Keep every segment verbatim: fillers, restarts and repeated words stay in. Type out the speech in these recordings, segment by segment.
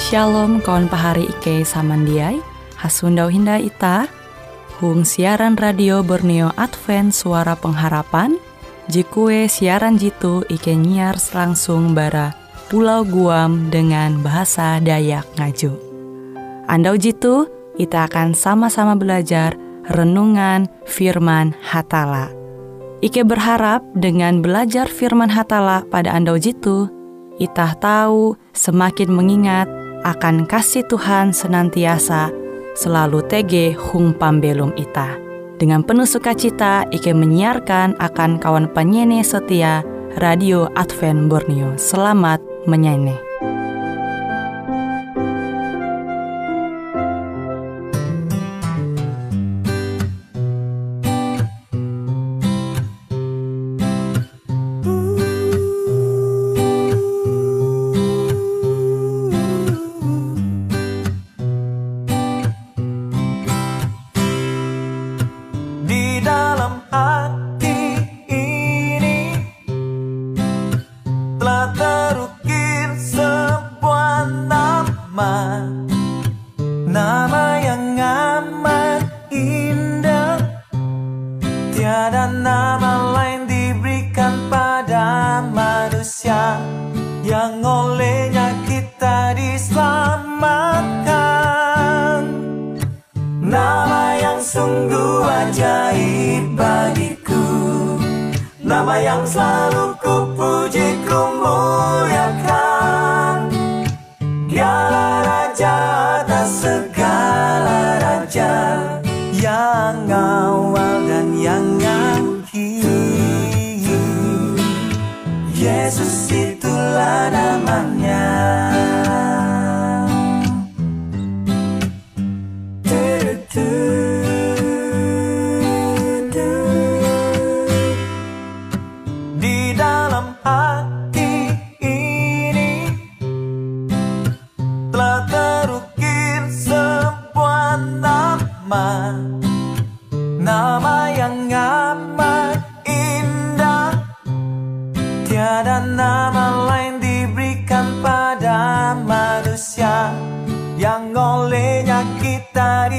Shalom kawan pahari Ike samandiai, hasundau hinda ita, hung siaran radio Borneo Advent Suara Pengharapan, jikue siaran jitu Ike nyiar langsung bara Pulau Guam dengan bahasa Dayak Ngaju. Andau jitu, kita akan sama-sama belajar renungan firman Hatala. Ike berharap dengan belajar firman Hatala pada andau jitu, kita tahu semakin mengingat akan kasih Tuhan senantiasa selalu tege hung pambelum ita. Dengan penuh sukacita, Ike menyiarkan akan kawan penyanyi setia Radio Advent Borneo. Selamat menyanyi. Yesus itulah namanya. Di dalam hati ini telah terukir sebuah nama, nama yang amat indah. Tiada nama lain diberikan pada manusia yang olehnya kita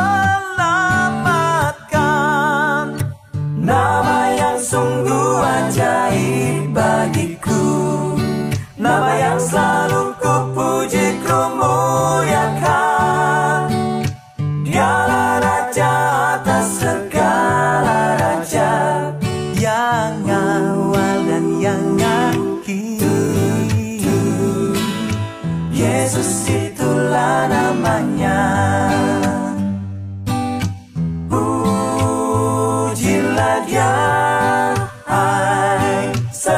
diselamatkan. Nama yang sungguh ajaib bagiku, nama yang selalu kupuji kumuliakan. Dialah Raja atas segala raja, yang awal dan yang akhir. Yesus itulah namanya. Pujilah Dia, hai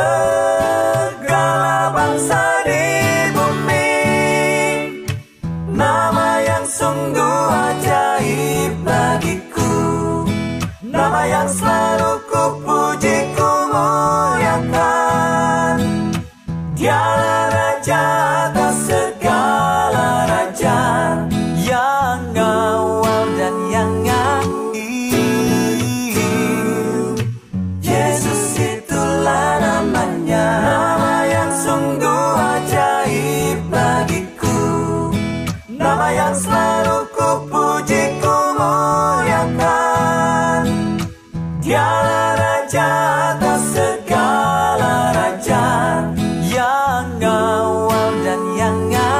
segala bangsa di bumi. Nama yang sungguh ajaib bagiku, nama yang selalu kupuji kumuliakan. Dialah Raja atas segala raja, yang awal dan yang akhir. Yesus itulah namanya. Nama yang sungguh ajaib bagiku, nama yang selalu kupuji kumuliakan. Dialah Raja atas segala raja, yang awal dan yang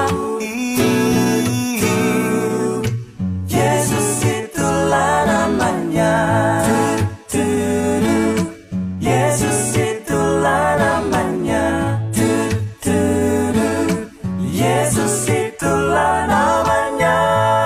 akhir. Yesus itulah namanya. Yesus itulah namanya. Yesus itulah namanya.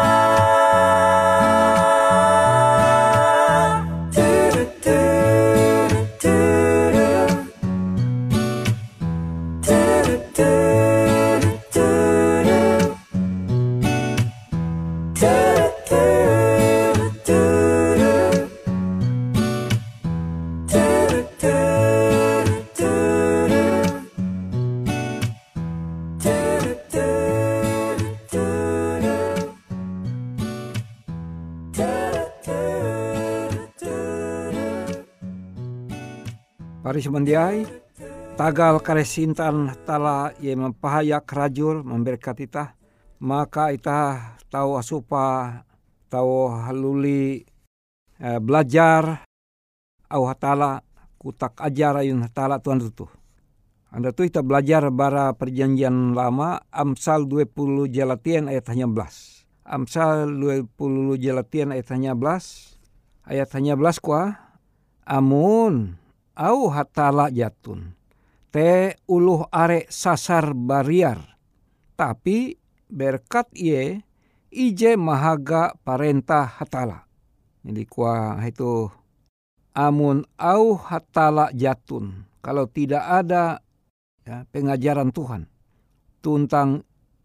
Pari semandiai, tagal kalesintan tala ye mempahayak rajul memberkati ta, maka ita tahu asupa tahu haluli eh, belajar au hatala kutak ajar ayun hatala Tuhan itu. Anda tuh kita belajar bara perjanjian lama Amsal dua puluh jalatian ayat hanya belas. Amsal dua puluh jalatian ayat hanya belas. Ayat hanya belas kuah. Amun au hatala jatun. Te uluh are sasar bariar. Tapi berkat iye ije mahaga parentah hatala. Jadi kuah itu amun au hatala jatun. Kalau tidak ada ya, pengajaran Tuhan tentang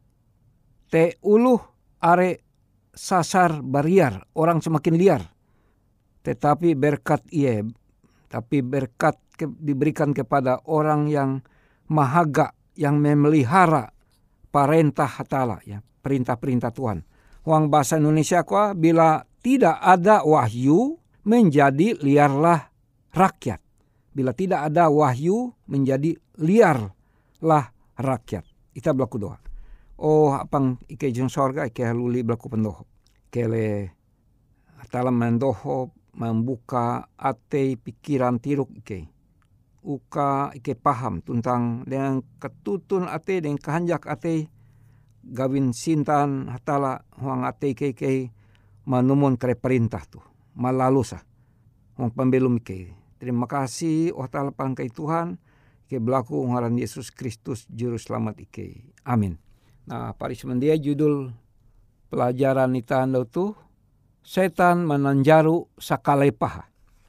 te uluh are sasar bariar, orang semakin liar. Tetapi berkat ia, tapi berkat ke, diberikan kepada orang yang mahaga, yang memelihara perintah hatala, ya, perintah-perintah Tuhan. Uang bahasa Indonesia kuah, bila tidak ada wahyu menjadi liarlah rakyat. Bila tidak ada wahyu menjadi liarlah rakyat. Kita berlaku doa. Oh apang ike jeng sorga ike haluli berlaku pendoho. Kele hatala mendoho membuka ate pikiran tiruk ike. Uka ike paham tentang dengan ketutun ate dengan kehanjak ate gawin sintan hatala huang ate ike ike manumun kere perintah tu. Malalusa. Huang pembelum ike. Terima kasih oh ta'ala pangkai Tuhan. Ike berlaku ngaran Yesus Kristus Juru Selamat ike. Amin. Nah pari semendia judul pelajaran ita anda itu. Setan menanjaru sakalepaha.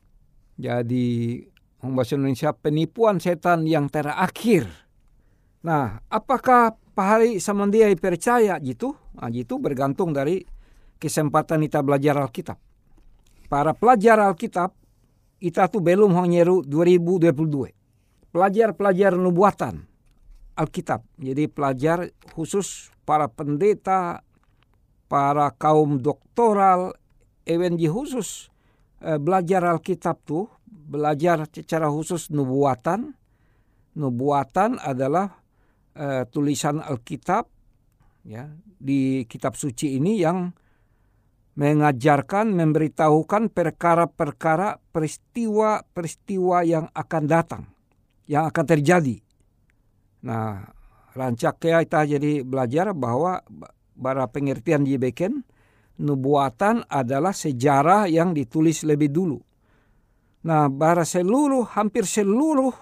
Jadi bahasa Indonesia penipuan setan yang terakhir. Nah apakah pahari semendia percaya gitu? Nah gitu bergantung dari kesempatan kita belajar Alkitab. Para pelajar Alkitab kita tuh belum honyeru dua ribu dua puluh dua. Pelajar-pelajar nubuatan Alkitab. Jadi pelajar khusus para pendeta, para kaum doktoral, ewenji khusus eh, belajar Alkitab tuh, belajar secara khusus nubuatan. Nubuatan adalah eh, tulisan Alkitab ya, di kitab suci ini yang mengajarkan, memberitahukan perkara-perkara, peristiwa-peristiwa yang akan datang, yang akan terjadi. Nah, rancak kita jadi belajar bahwa bara pengertian dibeken, nubuatan adalah sejarah yang ditulis lebih dulu. Nah, bara seluruh, hampir seluruh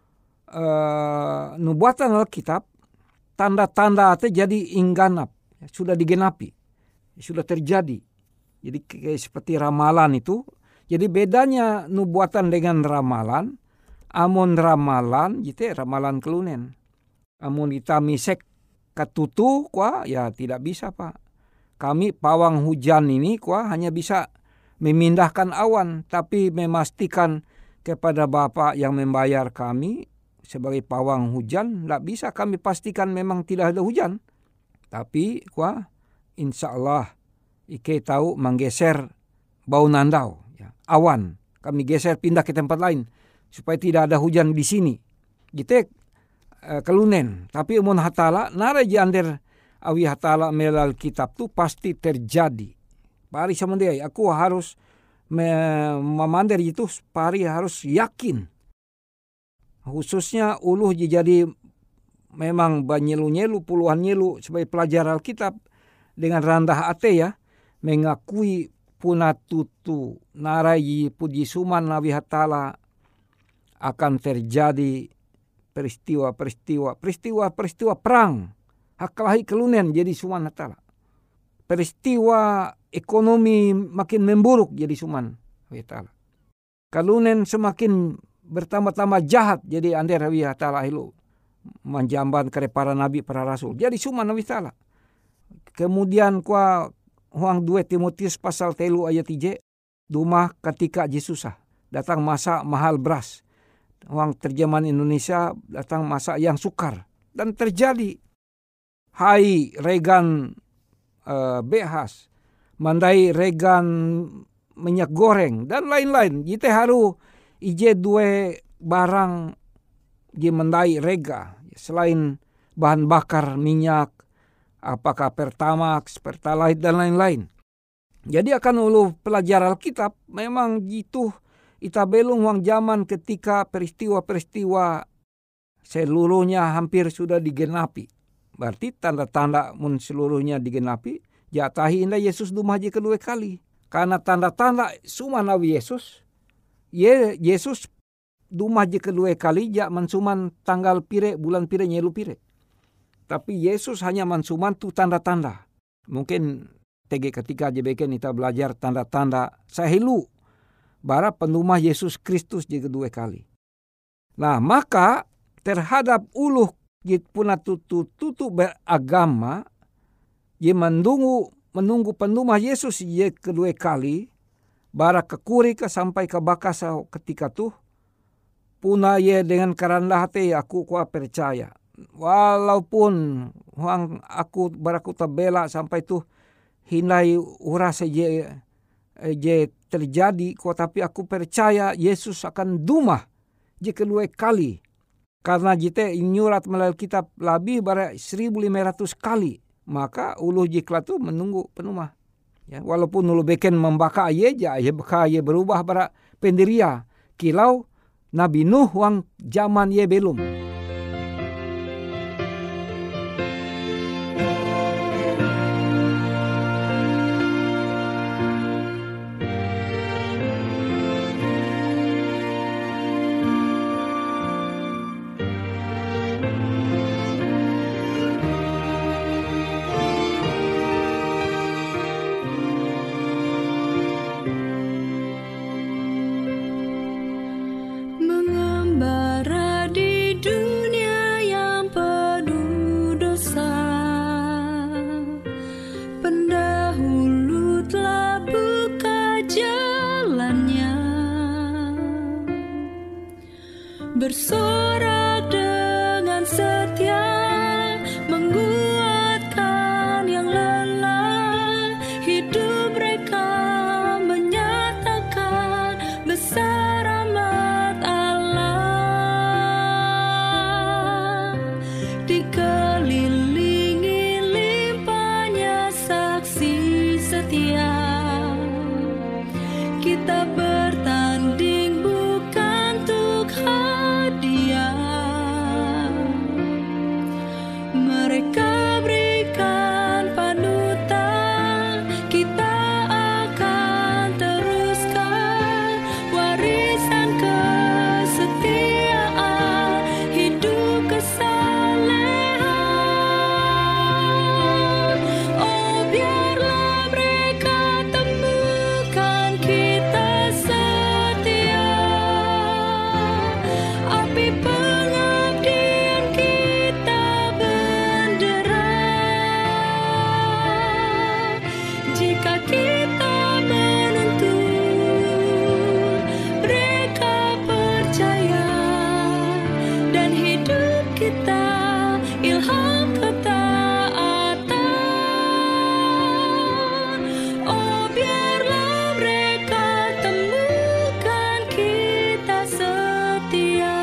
uh, nubuatan Alkitab, tanda-tanda itu jadi ingganap, sudah digenapi, sudah terjadi. Jadi kayak seperti ramalan itu. Jadi bedanya nubuatan dengan ramalan. Amun ramalan, gitu ya, ramalan kelunen. Amun kita misek katutu, kuah, ya tidak bisa pak. Kami pawang hujan ini, kuah, hanya bisa memindahkan awan. Tapi memastikan kepada Bapa yang membayar kami sebagai pawang hujan, tidak bisa kami pastikan memang tidak ada hujan. Tapi, kuah, insya Allah, Ike tahu menggeser bau nandau, ya, awan. Kami geser pindah ke tempat lain supaya tidak ada hujan di sini. Gitu uh, kelunen. Tapi umun hatala nara jander awi hatala melal kitab tu pasti terjadi. Pari samandai aku harus memandar itu, pari harus yakin. Khususnya uluh jadi memang banyelu-nyelu puluhan nyelu sebagai pelajar Alkitab dengan rendah hati ya. Mengakui puna tutu narayi puji suman nabi hatala akan terjadi peristiwa-peristiwa peristiwa-peristiwa perang haklahi kelunen jadi suman hatala, peristiwa ekonomi makin memburuk jadi suman hatala, kelunen semakin bertambah-tambah jahat jadi ander nabi hatala hilu menjamban kare para nabi para rasul jadi suman nabi hatala. Kemudian kuah Huang dua Timotius pasal telu ayat tiga. Dumah ketika Yesusah. Datang masa mahal beras. Huang terjemahan Indonesia datang masa yang sukar. Dan terjadi. Hai regan uh, behas. Mandai regan minyak goreng. Dan lain-lain. Jite haru ije dua barang di mandai rega. Selain bahan bakar minyak. apakah Pertamax, Pertalite dan lain-lain. Jadi akan ulu pelajar Alkitab memang gitu ita belum uang zaman ketika peristiwa-peristiwa seluruhnya hampir sudah digenapi. Berarti tanda-tanda mun seluruhnya digenapi, jatahi indah Yesus dumah je kedua kali. Karena tanda-tanda suma nabi Yesus, ye Yesus dumah je kedua kali jak mansuman tanggal pire, bulan pire, nyelu pire. Tapi Yesus hanya mansuman tu tanda-tanda. Mungkin T G ketika je beken kita belajar tanda-tanda sahilu bara pendumah Yesus Kristus je kedua kali. Nah, maka terhadap uluh jit puna tutu tutu beragama ye menunggu menunggu pendumah Yesus ye kedua kali bara kekuri ke sampai ke bakasa ketika tuh puna ye dengan karendah hati aku kuat percaya walaupun huang aku baraku tabela sampai tuh hinai urasa je je terjadi kok tapi aku percaya Yesus akan dumah je kedua kali. Karena jite nyurat melalui kitab lebih bara seribu lima ratus kali. Maka uluh jikla tu menunggu penumah. Ya, walaupun ulu beken membaka ayeja, ya beka ye berubah bara pendiria. Kilau Nabi Nuh wang zaman ye belum. Bersorak dengan setia, menguatkan yang lelah. Hidup mereka menyatakan besar rahmat Allah. Dikelilingi limpahnya saksi setia, kita bertanding bukan untuk hadiah. Mereka berikan panutan, kita akan teruskan warisan kesetiaan, hidup kesalehan. Oh, biarlah mereka temukan kita setia, api pengabdian kita bendera. Jika kita menuntun, mereka percaya, dan hidup kita ilham ketaatan. Oh, biarlah mereka temukan kita setia.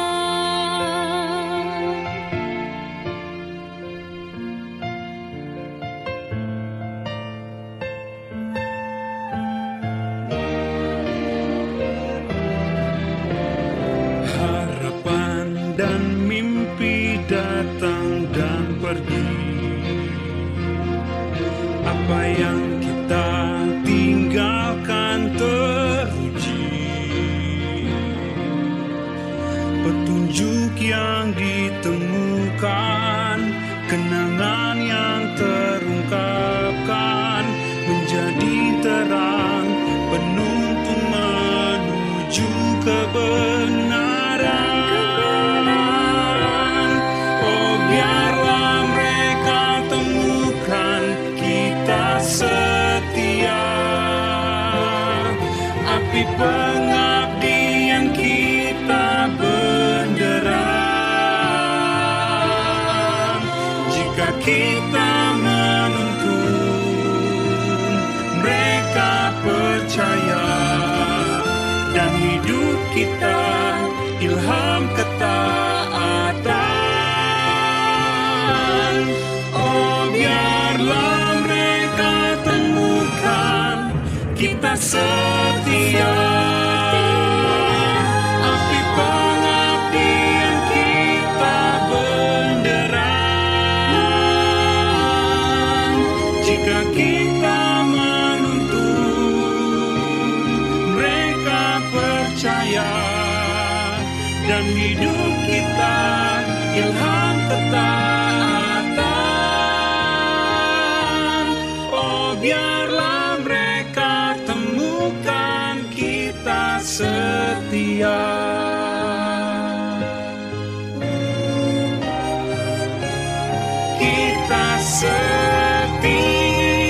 Harapan dan mimpi datang dan pergi. Apa yang kita tinggalkan teruji. Petunjuk yang ditemukan, kenangan yang terungkapkan, menjadi terang penuntun menuju kebenaran. Oh, biarlah mereka temukan kita setia, api pengabdian kita bendera. Jika kita menuntun, mereka percaya, dan hidup kita ilham ketaatan. Oh, biar setia. Api pengabdian kita benderang. Jika kita menuntut, mereka percaya. Dan hidup kita ilham ketaatan. Oh, biarlah mereka temukan kita setia. Kita setia.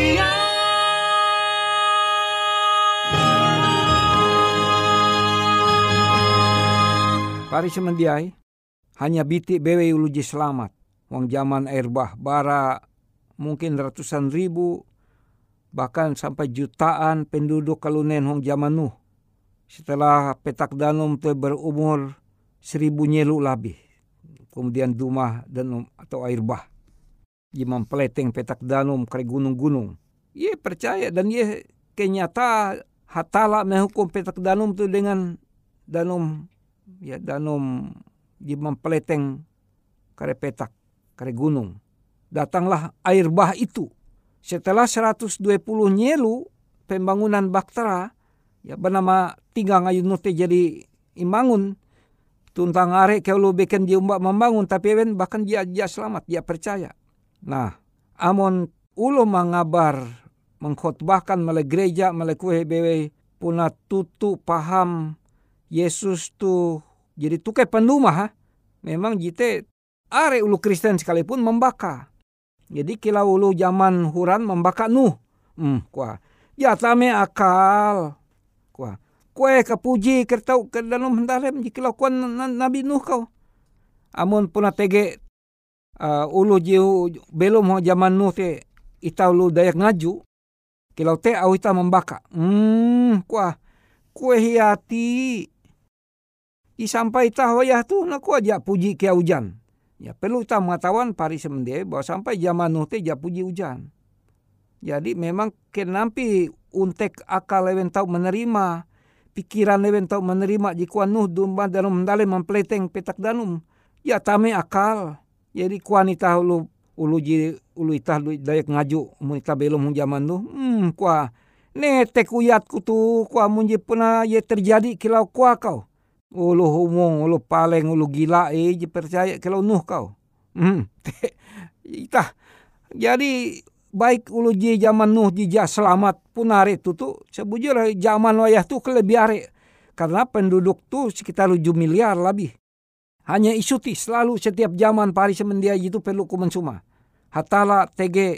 Pari semendiai, hanya biti bewe uluji selamat. Wang zaman air bah bara mungkin ratusan ribu, bahkan sampai jutaan penduduk kalunen hong zaman Nuh. Setelah petak danum tu berumur seribu nyelu lebih. Kemudian Dumah danum atau air bah. Dia mempleteng petak danum ke gunung-gunung. Ia percaya dan ia kenyata hatala menghukum petak danum tu dengan danum ya danum di mempleteng kare petak, kare gunung. Datanglah air bah itu. Setelah seratus dua puluh nyelu pembangunan Baktera, ya bernama tiga ngayun nute jadi imbangun. Tuntang are kalau bikin dia umbak membangun, tapi ben bahkan dia, dia selamat, dia percaya. Nah, amon ulo mengabar, mengkhotbahkan melalui gereja, melalui kue bewe, puna tutu paham Yesus tu jadi tukai pendumah. Ha? Memang jite are ulu Kristen sekalipun membaka. Jadi kilau ulu zaman huran membaka Nuh. Hmm, kuah. Ya tame akal. Kuah. Kue kepuji kertau ke dalam hendalem jikilau kuan Nabi Nuh kau. Amun puna tege uh, ulu jiu belum zaman Nuh te ita ulu dayak ngaju. Kilau te au ita membaka. Hmm, kuah. Kue hiati. Sampai tahu ya tu nak aja puji ke hujan. Ya perlu kita mengetahuan pari semende bahwa sampai zaman Nuh te ja puji hujan. Jadi memang kenampi untek akal lewen tau menerima, pikiran lewen tau menerima jika Nuh dumba dalam mendale mempleteng petak danum. Ya tame akal. Jadi kuan ita ulu ulu ji ulu ita dayak ngaju mun ita belum zaman Nuh. Hmm kuah ne tek uyat kutu kuah mun je puna ye terjadi kilau kuah kau. Ulu humong, ulu paleng, ulu gila eh je percaya kalau Nuh kau. Hmm. Itah. Jadi baik ulu je zaman Nuh jija selamat punare tu tu sebujur zaman wayah tu kelebih are. Karena penduduk tu sekitar tujuh miliar lebih. Hanya isuti selalu setiap zaman pari semendia itu perlu kumensuma. Hatala tege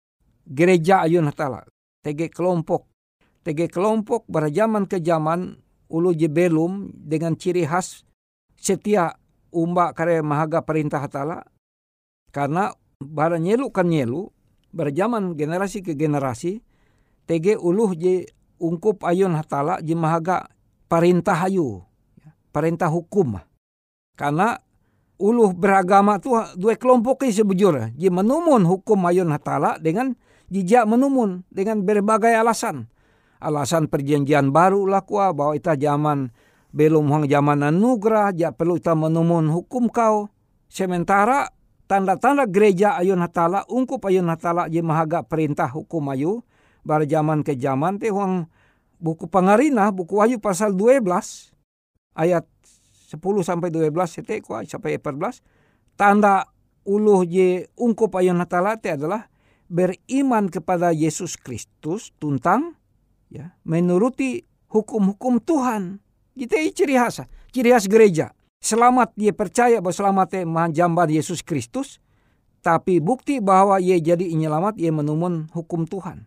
gereja ayun hatala. Tege kelompok. Tege kelompok berjaman ke zaman ulu je belum dengan ciri khas setia umba kare mahaga perintah hatala. Karena bara nyelu kan nyelu berjaman generasi ke generasi tege uluh je ungkup ayun hatala je mahaga perintah ayu. Perintah hukum. Karena uluh beragama tu dua kelompok ini sebujur. Je menumun hukum ayun hatala dengan jijak menumun dengan berbagai alasan. Alasan perjanjian baru lah kuah bahwa ita zaman belum hang zaman anugerah ja perlu ita menumun hukum kau. Sementara tanda-tanda gereja ayun hatala ungkup ayun hatala je mahaga perintah hukum ayu bar zaman ke zaman teh hang buku Pangarina buku Wahyu pasal dua belas ayat sepuluh sampai dua belas sete kuah sampai empat belas tanda uluh je ungkup ayun hatala teh adalah beriman kepada Yesus Kristus tuntang ya, menuruti hukum-hukum Tuhan. Itu ciri khas, ciri khas gereja. Selamat dia percaya bahwa selamatnya menjambar Yesus Kristus, tapi bukti bahwa ia jadi penyelamat ia menumun hukum Tuhan.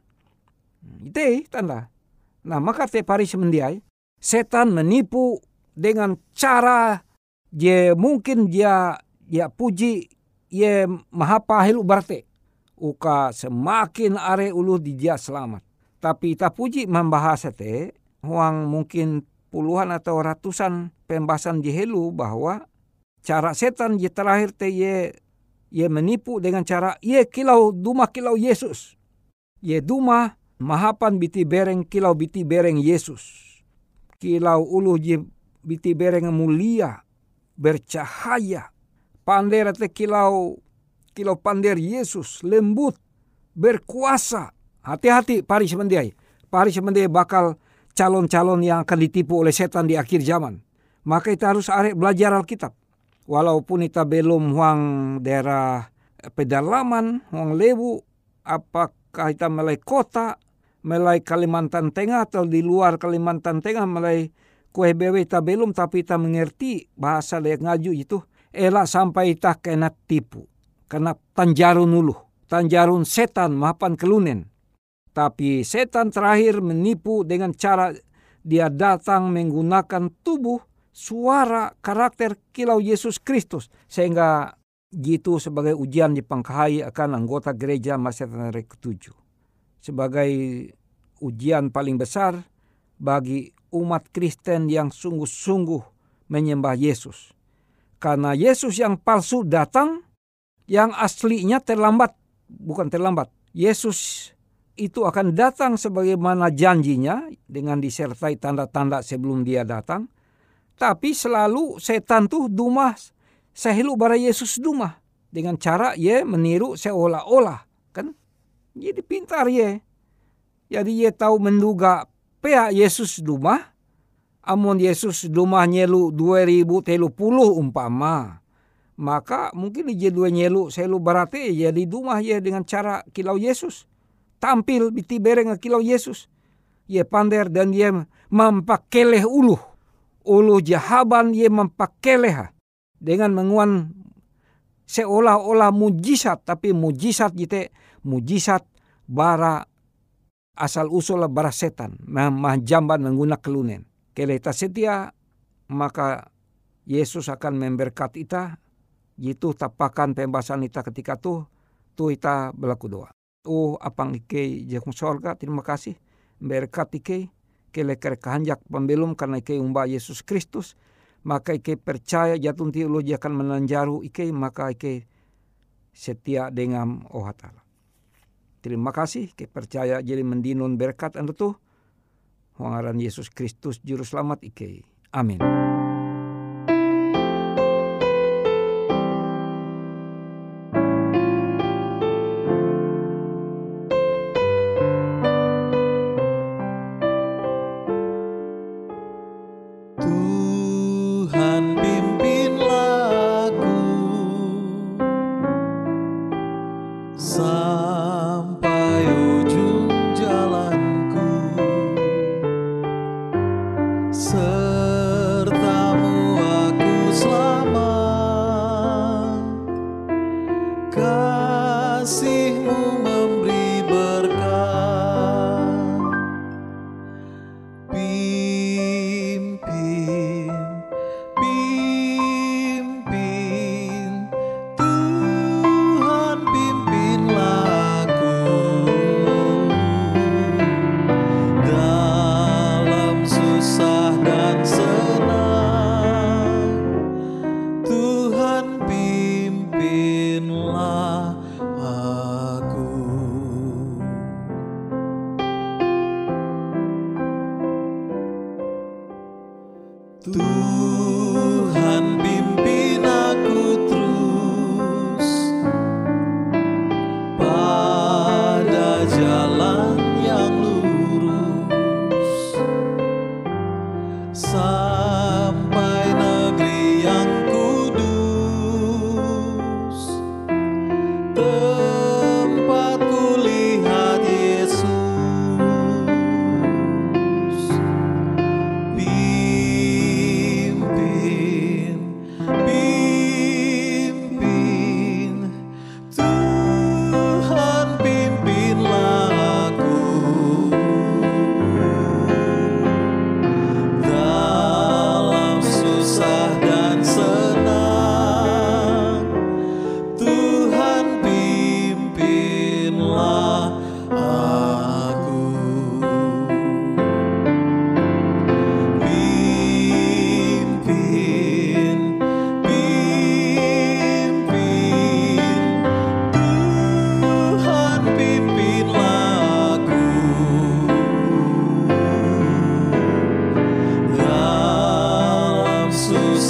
Itu tanda. Nah maka te pari semendiai, setan menipu dengan cara dia mungkin dia dia puji ia maha pahil ubarte. Uka semakin are ulu di dia selamat. Tapi tak puji membahas te, huang mungkin puluhan atau ratusan pembahasan jehelu bahwa cara setan je terakhir te ye, ye menipu dengan cara ye kilau duma kilau Yesus. Ye duma mahapan biti bereng kilau biti bereng Yesus. Kilau ulu je biti bereng mulia, bercahaya. Pander te kilau kilau pander Yesus, lembut, berkuasa. Hati-hati pari semendiai. Pari semendiai bakal calon-calon yang akan ditipu oleh setan di akhir zaman. Maka kita harus arek belajar Alkitab. Walaupun kita belum huang daerah pedalaman, huang lewu, apakah kita mulai kota, mulai Kalimantan Tengah atau di luar Kalimantan Tengah, mulai kue bewe kita belum, tapi kita mengerti bahasa yang ngaju itu, elak sampai kita kena tipu. Kena tanjarun ulu, tanjarun setan mahapan kelunen. Tapi setan terakhir menipu dengan cara dia datang menggunakan tubuh, suara, karakter kilau Yesus Kristus. Sehingga gitu sebagai ujian dipangkahai akan anggota gereja Masetan hari ketujuh. Sebagai ujian paling besar bagi umat Kristen yang sungguh-sungguh menyembah Yesus. Karena Yesus yang palsu datang, yang aslinya terlambat. Bukan terlambat. Yesus itu akan datang sebagaimana janjinya dengan disertai tanda-tanda sebelum dia datang. Tapi selalu setan tuh dumah sehelu bara Yesus dumah dengan cara ye meniru seolah-olah, kan? Jadi pintar ye. Jadi ye tahu menduga pihak Yesus dumah, amun Yesus dumah nyelu dua ribu tiga puluh umpama. Maka mungkin dia dua nyelu selu berarti jadi dumah ye dengan cara kilau Yesus. Tampil biti bereng kilau Yesus. Ye pander dan ye mempakeleh uluh. Uluh jahaban ye mempakeleh dengan menguan seolah-olah mujizat, tapi mujizat jite mujizat bara asal usul bara setan, mah jamban mengguna kelunen. Kalau kita setia, maka Yesus akan memberkati kita. Itu tapakan pembahasan kita ketika tuh, tuh kita berlaku doa. Oh apang ike jekung sorga, terima kasih. Berkati ike, kele kehanjak pembelum karena ike umba Yesus Kristus. Maka ike percaya jatun teologi akan menanjaru ike, maka ike setia dengan Allah Ta'ala. Terima kasih, ike percaya jadi mendinun berkat anda tuh. Wangaran Yesus Kristus Juru Selamat ike. Amin. serta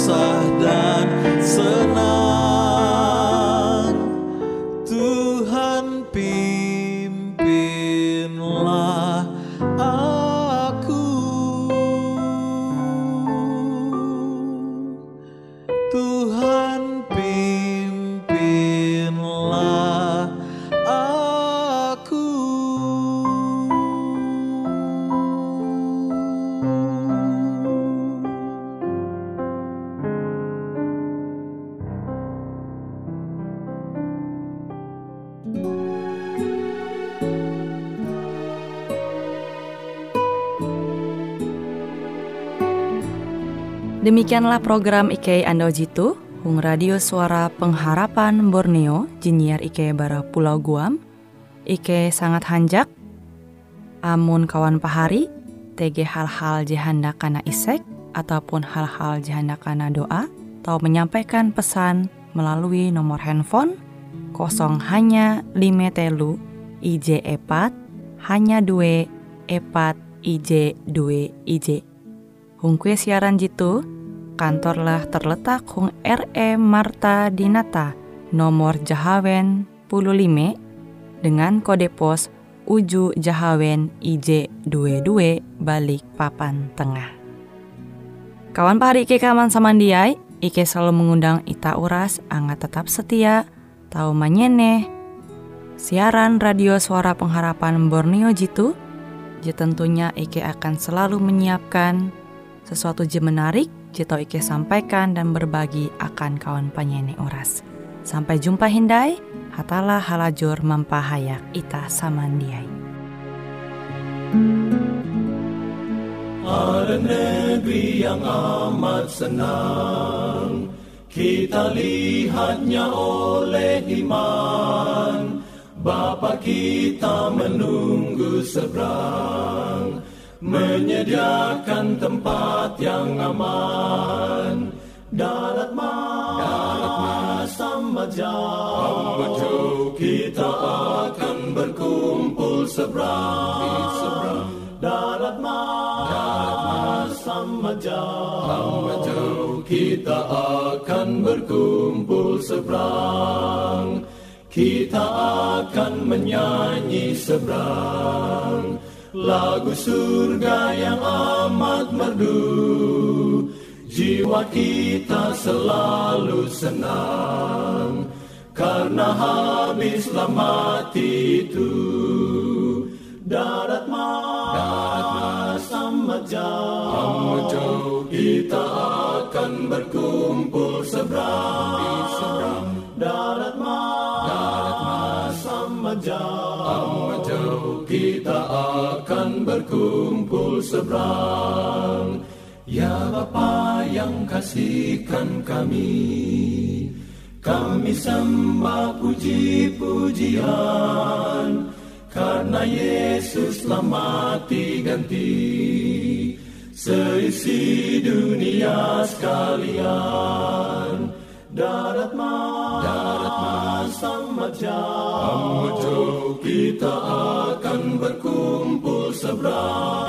susah dan senang. Tuhan pimpinlah aku, Tuhan pimpinlah aku. Demikianlah program Ike Ando Jitu, Hung Radio Suara Pengharapan Borneo, Jinnyar Ike bara Pulau Guam. Ike sangat hanjak, amun kawan pahari, tege hal-hal jihanda kana isek, ataupun hal-hal jihanda kana doa, atau menyampaikan pesan melalui nomor handphone kosong hanya lima telu I J epat hanya dua epat I J dua I J. Hung kue siaran jitu, kantorlah terletak Hung R E Marta Dinata, nomor Jahawen puluh lima, dengan kode pos Uju Jahawen I J dua dua balik papan tengah. Kawan pahari Ike kaman samandiai, Ike selalu mengundang ita uras, angga tetap setia, tau manyeneh, siaran radio Suara Pengharapan Borneo jitu, je tentunya Ike akan selalu menyiapkan sesuatu je menarik, je tau Ike sampaikan dan berbagi akan kawan penyanyi oras. Sampai jumpa hindai, hatalah halajur mampahayak ita samandiai. Ada negeri yang amat senang, kita lihatnya oleh iman. Bapa kita menunggu seberang, menyediakan tempat yang aman. Darat mas, darat mas sama jauh, kita akan berkumpul seberang. Darat mas, darat mas sama jauh, kita akan berkumpul seberang. Kita akan menyanyi seberang lagu surga yang amat merdu. Jiwa kita selalu senang, karena habislah mati itu. Darat mas, darat mas amat jauh, kita akan berkumpul seberang. Darat mas, darat mas amat jauh, kita akan berkumpul seberang. Ya Bapa yang kasihkan kami, kami sembah puji-pujian, karena Yesus telah mati ganti seisi dunia sekalian. Darat mas, darat mas amat jauh, kita akan berkumpul seberang.